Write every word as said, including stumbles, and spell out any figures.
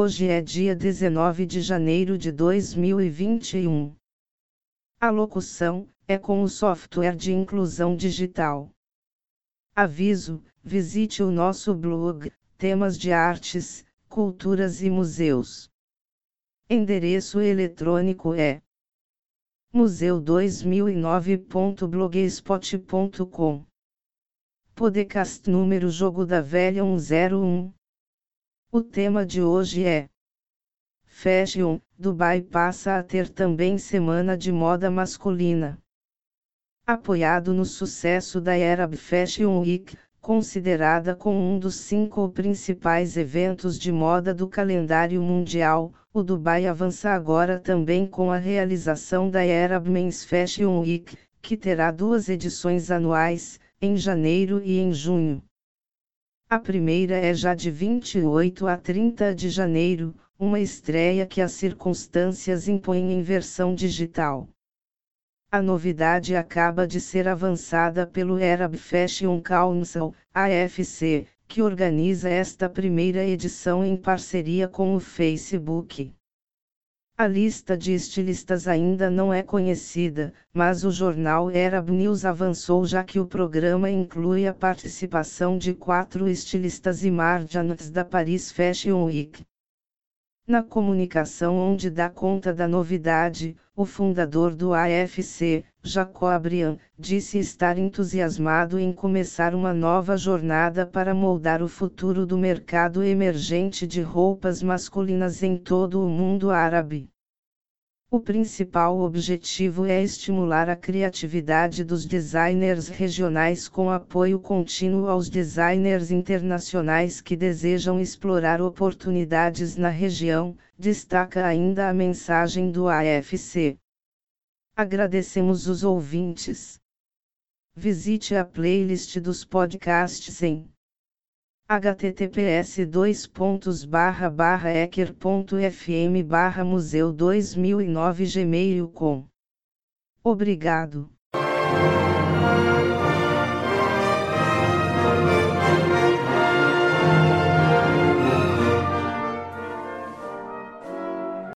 Hoje é dia dezenove de janeiro de dois mil e vinte e um. A locução é com o software de inclusão digital. Aviso: visite o nosso blog, temas de artes, culturas e museus. Endereço eletrônico é museu dois mil e nove ponto blogspot ponto com. Podcast número Jogo da Velha cento e um. O tema de hoje é Fashion. Dubai passa a ter também Semana de Moda Masculina. Apoiado no sucesso da Arab Fashion Week, considerada como um dos cinco principais eventos de moda do calendário mundial, o Dubai avança agora também com a realização da Arab Men's Fashion Week, que terá duas edições anuais, em janeiro e em junho. A primeira é já de vinte e oito a trinta de janeiro, uma estreia que as circunstâncias impõem em versão digital. A novidade acaba de ser avançada pelo Arab Fashion Council, A F C, que organiza esta primeira edição em parceria com o Facebook. A lista de estilistas ainda não é conhecida, mas o jornal Arab News avançou já que o programa inclui a participação de quatro estilistas e marjans da Paris Fashion Week. Na comunicação onde dá conta da novidade, o fundador do A F C, Jacob Brian, disse estar entusiasmado em começar uma nova jornada para moldar o futuro do mercado emergente de roupas masculinas em todo o mundo árabe. O principal objetivo é estimular a criatividade dos designers regionais com apoio contínuo aos designers internacionais que desejam explorar oportunidades na região, destaca ainda a mensagem do A F C. Agradecemos os ouvintes. Visite a playlist dos podcasts em https dois pontos barra barra eker ponto fm barra museu dois mil e nove gmail ponto com. Obrigado.